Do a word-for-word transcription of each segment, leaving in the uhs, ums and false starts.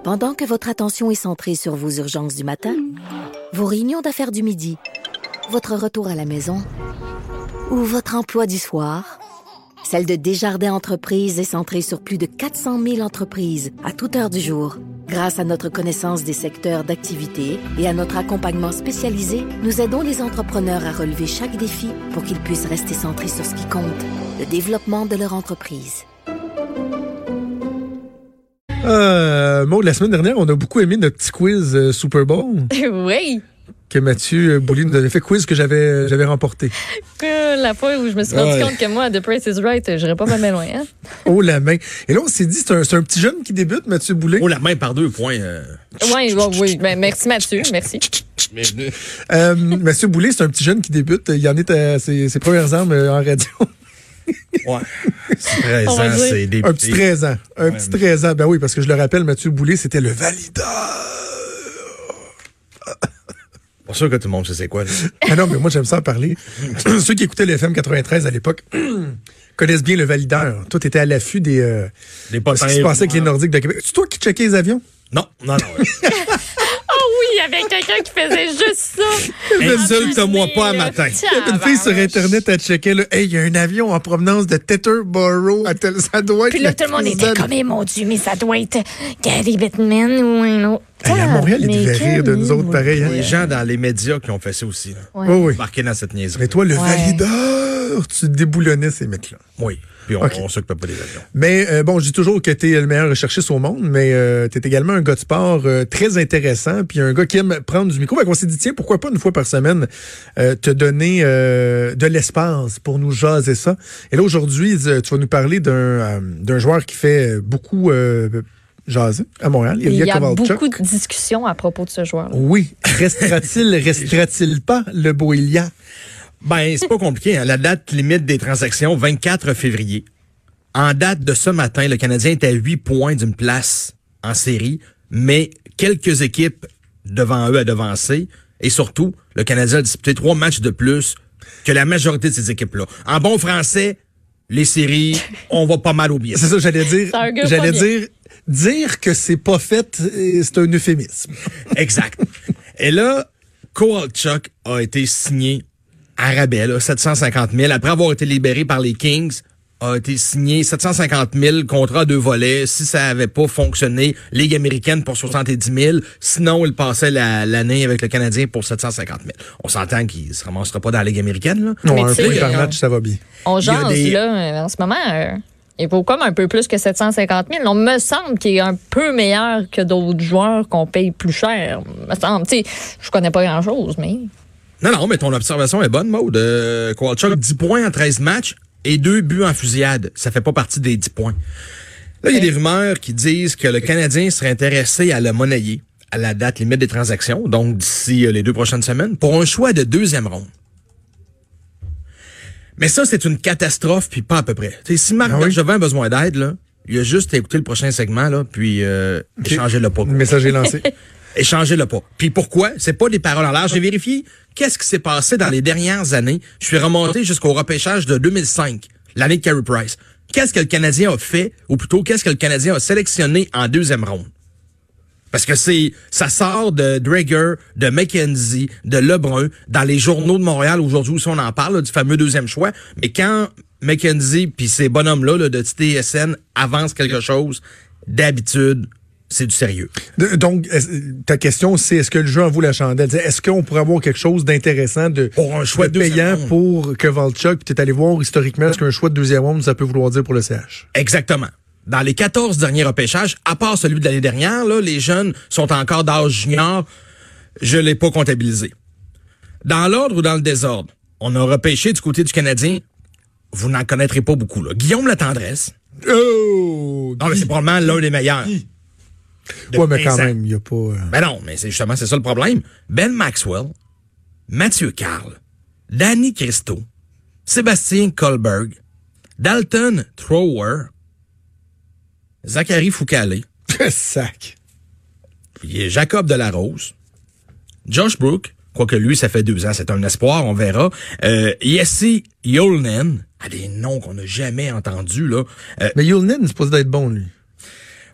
Pendant que votre attention est centrée sur vos urgences du matin, vos réunions d'affaires du midi, votre retour à la maison ou votre emploi du soir, celle de Desjardins Entreprises est centrée sur plus de quatre cent mille entreprises à toute heure du jour. Grâce à notre connaissance des secteurs d'activité et à notre accompagnement spécialisé, nous aidons les entrepreneurs à relever chaque défi pour qu'ils puissent rester centrés sur ce qui compte, le développement de leur entreprise. Euh, Maud, la semaine dernière, on a beaucoup aimé notre petit quiz euh, Super Bowl. Oui. Que Mathieu Boulay nous avait fait, quiz que j'avais j'avais remporté. Que la fois où je me suis rendu ouais. compte que moi, The Price is Right, j'irais pas mal loin. Hein? Oh la main. Et là, on s'est dit, c'est un, c'est un petit jeune qui débute, Mathieu Boulay. Oh la main par deux points. Euh... Oui, oui, oui. Ben, merci Mathieu, merci. euh, Mathieu Boulay, c'est un petit jeune qui débute. Il en est à ses, ses premières armes en radio. Ouais. C'est treize ans, c'est des Un petit treize ans. Un ouais, petit mais... treize ans. Ben oui, parce que je le rappelle, Mathieu Boulay, c'était le valideur. Pas sûr que tout le monde sait c'est quoi. Là. Ah non, mais moi, j'aime ça en parler. Ceux qui écoutaient le F M quatre-vingt-treize à l'époque connaissent bien le valideur. Toi, t'étais à l'affût des... Euh, des potins. Ce qui se passait avec les Nordiques de Québec. C'est toi qui checkais les avions? Non, non, non. Oh oui, il y avait quelqu'un qui faisait juste ça. Insulte-moi pas à matin. Il y avait une fille sur Internet à checker, là. Hey, il y a un avion en provenance de Teterboro. Ça doit être. Puis là, tout le monde était comme, eh, mon Dieu, mais ça doit être Gary Bettman ou un autre. Hey, à Montréal, ils devaient rire de nous autres pareil. Hein? Les gens dans les médias qui ont fait ça aussi. Là. Ouais. Oui, oui. Marqués dans cette niaiserie. Mais toi, le ouais. valideur, tu déboulonnais ces mecs-là. Oui. Puis on, okay. on s'occupe pas des avions. Mais euh, bon, je dis toujours que t'es le meilleur recherchiste au monde, mais euh, t'es également un gars de sport euh, très intéressant, puis un gars qui aime prendre du micro. Fait qu'on s'est dit, tiens, pourquoi pas une fois par semaine euh, te donner euh, de l'espace pour nous jaser ça. Et là, aujourd'hui, tu vas nous parler d'un, euh, d'un joueur qui fait beaucoup... Euh, jaser à Montréal. Il y a Kovalchuk. beaucoup de discussions à propos de ce joueur. Oui. Restera-t-il, restera-t-il pas le beau Ilya? Ben, c'est pas compliqué. Hein. La date limite des transactions, vingt-quatre février. En date de ce matin, le Canadien est à huit points d'une place en série, mais quelques équipes devant eux à devancer. Et surtout, le Canadien a disputé trois matchs de plus que la majorité de ces équipes-là. En bon français, les séries, on va pas mal oublier. C'est ça, j'allais dire. J'allais dire, dire que c'est pas fait, c'est un euphémisme. Exact. Et là, Kovalchuk a été signé à rabais, là, sept cent cinquante mille. Après avoir été libéré par les Kings, a été signé sept cent cinquante mille, contrat à deux volets. Si ça avait pas fonctionné, Ligue américaine pour soixante-dix mille. Sinon, il passait la, l'année avec le Canadien pour sept cent cinquante mille. On s'entend qu'il se ramassera pas dans la Ligue américaine, là. Non, un peu par match, ça va bien. On jase, des... là, en ce moment... Euh... Il vaut comme un peu plus que sept cent cinquante mille. On me semble qu'il est un peu meilleur que d'autres joueurs qu'on paye plus cher. Me semble. Tu sais, je connais pas grand-chose, mais... Non, non, mais ton observation est bonne, Maud. Euh, Kovalchuk, dix points en treize matchs et deux buts en fusillade. Ça fait pas partie des dix points. Là, il y a des rumeurs qui disent que le Canadien serait intéressé à le monnayer à la date limite des transactions, donc d'ici les deux prochaines semaines, pour un choix de deuxième ronde. Mais ça, c'est une catastrophe, puis pas à peu près. T'sais, si Marc ah oui? Bergevin a besoin d'aide, là, il a juste à écouter le prochain segment, là, puis euh, okay. échanger le pas. Le message est lancé. Échanger le pas. Puis pourquoi? C'est pas des paroles en l'air. J'ai vérifié qu'est-ce qui s'est passé dans les dernières années. Je suis remonté jusqu'au repêchage de deux mille cinq, l'année de Carey Price. Qu'est-ce que le Canadien a fait, ou plutôt, qu'est-ce que le Canadien a sélectionné en deuxième ronde? Parce que c'est, ça sort de Drager, de McKenzie, de Lebrun, dans les journaux de Montréal aujourd'hui où on en parle, là, du fameux deuxième choix. Mais quand McKenzie puis ces bonhommes-là là, de T S N avancent quelque chose, d'habitude, c'est du sérieux. De, donc, ta question, c'est est-ce que le jeu en vaut la chandelle? Est-ce qu'on pourrait avoir quelque chose d'intéressant de, pour un choix de payant pour Kovalchuk? Puis t'es allé voir historiquement ce qu'un choix de deuxième ronde, ça peut vouloir dire pour le C H. Exactement. Dans les quatorze derniers repêchages, à part celui de l'année dernière, là, les jeunes sont encore d'âge junior. Je l'ai pas comptabilisé. Dans l'ordre ou dans le désordre, on a repêché du côté du Canadien. Vous n'en connaîtrez pas beaucoup, là. Guillaume Latendresse. Oh! Non, mais c'est probablement l'un des meilleurs. De ouais, mais quand même, il n'y a pas... Euh... Ben non, mais c'est justement, c'est ça le problème. Ben Maxwell, Mathieu Carle, Danny Christo, Sébastien Kohlberg, Dalton Thrower, Zachary Foucalé. Sac. Il y a Jacob Delarose. Josh Brook. Quoique lui, ça fait deux ans. C'est un espoir, on verra. Euh, Jesse Yolnen. Ah, des noms qu'on n'a jamais entendus, là. Euh, Mais Yolnen, c'est supposé d'être bon, lui.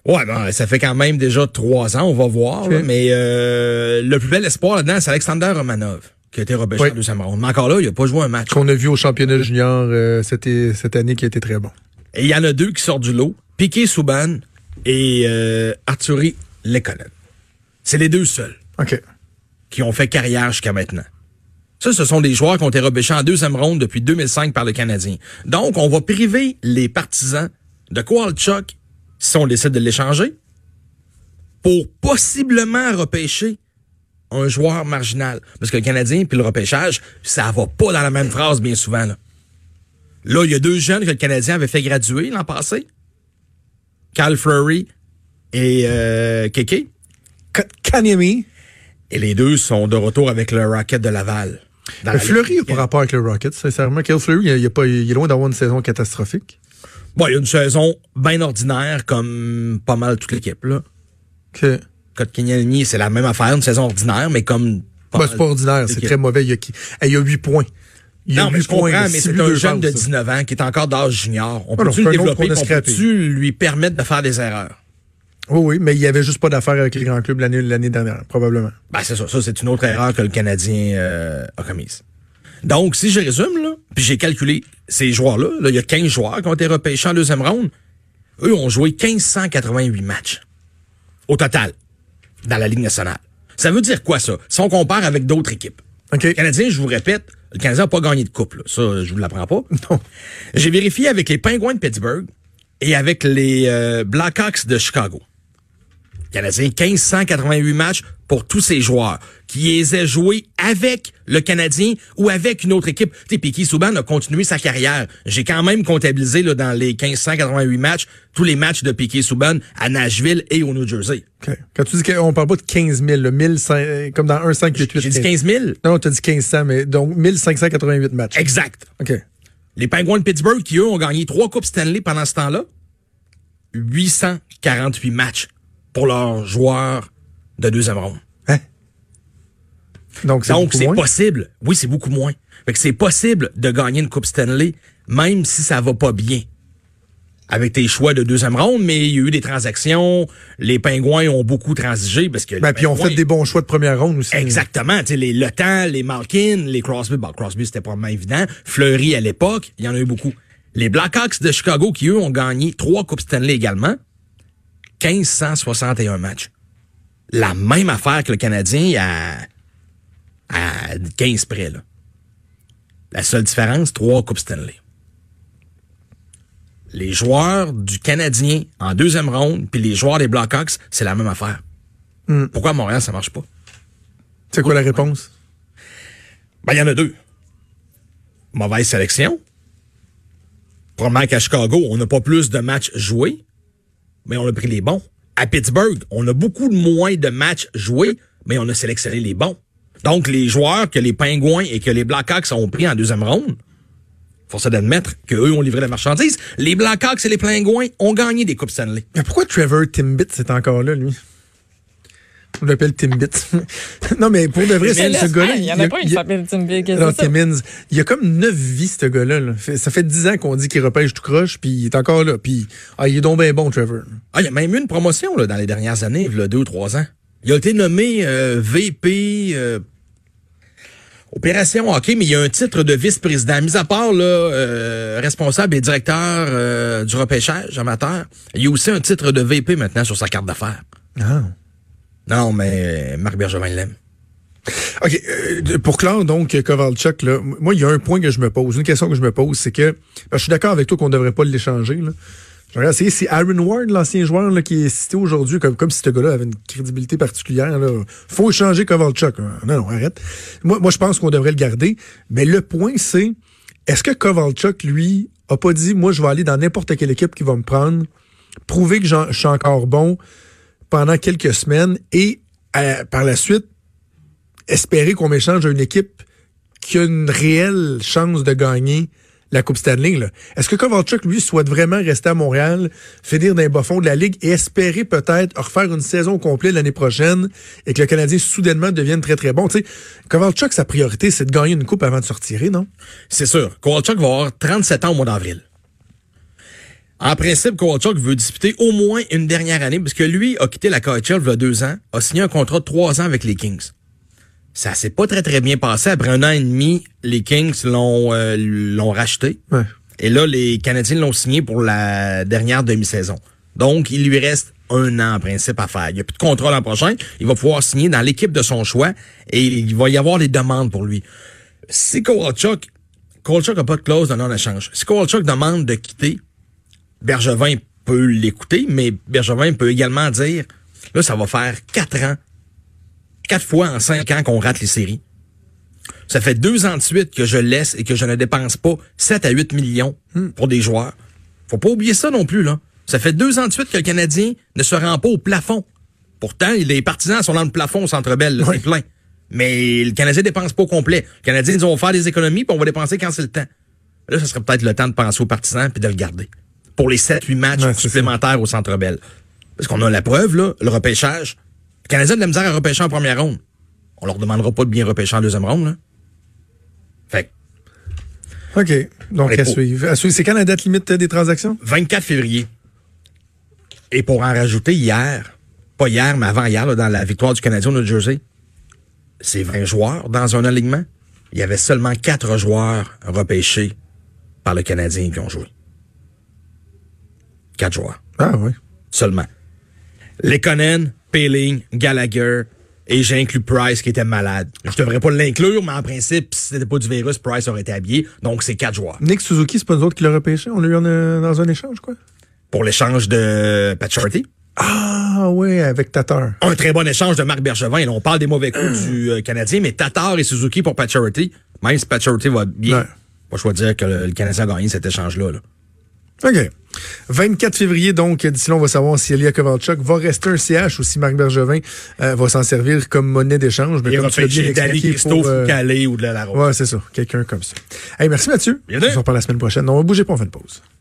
Ouais, ben, ça fait quand même déjà trois ans, on va voir. Okay. Là, mais euh, le plus bel espoir là-dedans, c'est Alexander Romanov, qui a été repêché oui. en deuxième ronde. Mais encore là, il n'a pas joué un match. Qu'on a vu au championnat junior euh, cette, cette année qui a été très bon. Et il y en a deux qui sortent du lot, Piquet Souban et euh, Artturi Lehkonen. C'est les deux seuls OK. qui ont fait carrière jusqu'à maintenant. Ça, ce sont des joueurs qui ont été repêchés en deuxième ronde depuis deux mille cinq par le Canadien. Donc, on va priver les partisans de Kowalchuk, si on décide de l'échanger, pour possiblement repêcher un joueur marginal. Parce que le Canadien puis le repêchage, ça va pas dans la même phrase bien souvent. Là, là il y a deux jeunes que le Canadien avait fait graduer l'an passé. Kyle Fleury et euh, Keke. Kanyemi. Et les deux sont de retour avec le Rocket de Laval. Le Fleury n'a pas rapport avec le Rocket, sincèrement. Kyle Fleury, il, il, pas, il est loin d'avoir une saison catastrophique. Bon, il y a une saison bien ordinaire, comme pas mal toute l'équipe, là. OK. Kotkaniemi, c'est la même affaire, une saison ordinaire, mais comme... Pas bah, c'est pas ordinaire, c'est très mauvais. Il y a, il y a huit points. Il y a non, mais je comprends, mais c'est un jeune de passes, dix-neuf ans qui est encore d'âge junior. On peut-tu le développer, on peut-tu lui permettre de faire des erreurs? Oui, oui, mais il n'y avait juste pas d'affaires avec les grands clubs l'année, l'année dernière, probablement. Ben, c'est ça. Ça, c'est une autre erreur que le Canadien euh, a commise. Donc, si je résume, là, puis j'ai calculé ces joueurs-là, là, il y a quinze joueurs qui ont été repêchés en deuxième ronde. Eux ont joué mille cinq cent quatre-vingt-huit matchs au total dans la Ligue nationale. Ça veut dire quoi, ça? Si on compare avec d'autres équipes. Okay. Le Canadien, je vous répète, le Canadien n'a pas gagné de coupe. Là. Ça, je vous l'apprends pas. Non. J'ai vérifié avec les Penguins de Pittsburgh et avec les euh, Blackhawks de Chicago. Canadien, mille cinq cent quatre-vingt-huit matchs pour tous ces joueurs qui les aient joués avec le Canadien ou avec une autre équipe. Tu sais, Piquet Souban a continué sa carrière. J'ai quand même comptabilisé là, dans les mille cinq cent quatre-vingt-huit matchs tous les matchs de Piquet Souban à Nashville et au New Jersey. Okay. Quand tu dis qu'on parle pas de quinze mille, là, mille cinq, comme dans un cinq huit huit. J'ai dit quinze mille? Non, tu as dit quinze cents, mais donc mille cinq cent quatre-vingt-huit matchs. Exact. OK. Les Penguins de Pittsburgh, qui eux ont gagné trois Coupes Stanley pendant ce temps-là, huit cent quarante-huit matchs pour leurs joueurs de deuxième ronde. Hein? Donc, c'est, Donc, c'est moins? possible. Oui, c'est beaucoup moins. Fait que c'est possible de gagner une Coupe Stanley, même si ça va pas bien. Avec tes choix de deuxième ronde, mais il y a eu des transactions. Les Pingouins ont beaucoup transigé parce que. Ben, puis on fait des bons choix de première ronde aussi. Exactement. Tu sais, les Le Temps, les Malkin, les Crosby. Bon, Crosby, c'était probablement évident. Fleury à l'époque, il y en a eu beaucoup. Les Blackhawks de Chicago, qui eux ont gagné trois Coupes Stanley également. mille cinq cent soixante et un matchs. La même affaire que le Canadien à, à quinze près, là. La seule différence, trois Coupes Stanley. Les joueurs du Canadien en deuxième ronde, puis les joueurs des Blackhawks, c'est la même affaire. Mm. Pourquoi à Montréal, ça marche pas? C'est quoi la réponse? Ben, il y en a deux. Mauvaise sélection. Probablement qu'à Chicago, on n'a pas plus de matchs joués, mais on a pris les bons. À Pittsburgh, on a beaucoup moins de matchs joués, mais on a sélectionné les bons. Donc, les joueurs que les Pingouins et que les Blackhawks ont pris en deuxième ronde, force d'admettre qu'eux ont livré la marchandise. Les Blackhawks et les Pingouins ont gagné des Coupes Stanley. Mais pourquoi Trevor Timbit c'est encore là, lui? On l'appelle Timbit. Non, mais pour de vrai, c'est ce gars-là. Il y en a, a pas, il s'appelle Timbit. Non, Timmins. Il y a comme neuf vies, ce gars-là. Là. Ça fait dix ans qu'on dit qu'il repêche tout croche, puis il est encore là. Puis, ah, il est donc bien bon, Trevor. Ah, il y a même eu une promotion, là, dans les dernières années, il y a deux ou trois ans. Il a été nommé euh, V P, euh, Opération hockey, mais il y a un titre de vice-président. Mis à part, là, euh, responsable et directeur euh, du repêchage amateur, il y a aussi un titre de V P maintenant sur sa carte d'affaires. Ah. Non, mais Marc Bergevin l'aime. OK. Euh, pour clore, donc, Kowalchuk, là, moi, il y a un point que je me pose. Une question que je me pose, c'est que, je suis d'accord avec toi qu'on ne devrait pas l'échanger, là. Je regarde, c'est, c'est Aaron Ward, l'ancien joueur là, qui est cité aujourd'hui, comme, comme si ce gars-là avait une crédibilité particulière. Là. Faut échanger Kowalchuk. Non, non, arrête. Moi, moi je pense qu'on devrait le garder. Mais le point, c'est, est-ce que Kowalchuk, lui, a pas dit, moi, je vais aller dans n'importe quelle équipe qui va me prendre, prouver que je suis encore bon pendant quelques semaines et, euh, par la suite, espérer qu'on m'échange à une équipe qui a une réelle chance de gagner la Coupe Stanley, là. Est-ce que Kowalchuk, lui, souhaite vraiment rester à Montréal, finir dans les bas-fonds de la Ligue et espérer peut-être refaire une saison complète l'année prochaine et que le Canadien soudainement devienne très, très bon? Tu sais, Kowalchuk, sa priorité, c'est de gagner une coupe avant de se retirer, non? C'est sûr. Kowalchuk va avoir trente-sept ans au mois d'avril. En principe, Kovalchuk veut disputer au moins une dernière année, parce que lui a quitté la K H L il y a deux ans, a signé un contrat de trois ans avec les Kings. Ça s'est pas très, très bien passé. Après un an et demi, les Kings l'ont euh, l'ont racheté. Ouais. Et là, les Canadiens l'ont signé pour la dernière demi-saison. Donc, il lui reste un an, en principe, à faire. Il n'y a plus de contrat l'an prochain. Il va pouvoir signer dans l'équipe de son choix et il va y avoir des demandes pour lui. Si Kovalchuk, Kovalchuk n'a pas de clause de non-échange. Si Kovalchuk demande de quitter, Bergevin peut l'écouter, mais Bergevin peut également dire, là, ça va faire quatre ans, quatre fois en cinq ans qu'on rate les séries. Ça fait deux ans de suite que je laisse et que je ne dépense pas sept à huit millions pour des joueurs. Faut pas oublier ça non plus, là. Ça fait deux ans de suite que le Canadien ne se rend pas au plafond. Pourtant, les partisans sont dans le plafond au Centre Bell, là, oui. c'est plein. Mais le Canadien dépense pas au complet. Le Canadien, ils vont faire des économies puis on va dépenser quand c'est le temps. Là, ça serait peut-être le temps de penser aux partisans puis de le garder. Pour les sept huit matchs ouais, supplémentaires au Centre Bell. Parce qu'on a la preuve, là, le repêchage. Le Canadien a de la misère à repêcher en première ronde. On leur demandera pas de bien repêcher en deuxième ronde, là. Fait que, OK. Donc, à pour- suivre. À suivre. C'est quand la date limite des transactions? vingt-quatre février. Et pour en rajouter hier, pas hier, mais avant-hier, là, dans la victoire du Canadien au New Jersey, c'est vingt joueurs dans un alignement. Il y avait seulement quatre joueurs repêchés par le Canadien qui ont joué. Quatre joueurs. Ah oui. Seulement. Lekonen, Peeling, Gallagher, et j'ai inclus Price qui était malade. Je devrais pas l'inclure, mais en principe, si c'était pas du virus, Price aurait été habillé. Donc, c'est quatre joueurs. Nick Suzuki, c'est pas nous autres qui l'a repêché? On l'a eu en, euh, dans un échange, quoi? Pour l'échange de Pacioretty. Ah oui, avec Tatar. Un très bon échange de Marc Bergevin. Et là, on parle des mauvais coups du euh, Canadien, mais Tatar et Suzuki pour Pacioretty, même si Pacioretty va bien, Ouais. moi, je dois dire que le, le Canadien a gagné cet échange-là. Là. OK. vingt-quatre février, donc, d'ici là, on va savoir si Ilya Kovalchuk va rester un C H ou si Marc Bergevin euh, va s'en servir comme monnaie d'échange. Mais Et comme tu l'as bien repêcher Danny expliqué, Christophe pour, euh, ou Calais ou de la Larose. ouais, c'est ça. Quelqu'un comme ça. Hey, merci Mathieu. Bien On sûr. se reparle la semaine prochaine. On va bouger pour en fin de pause.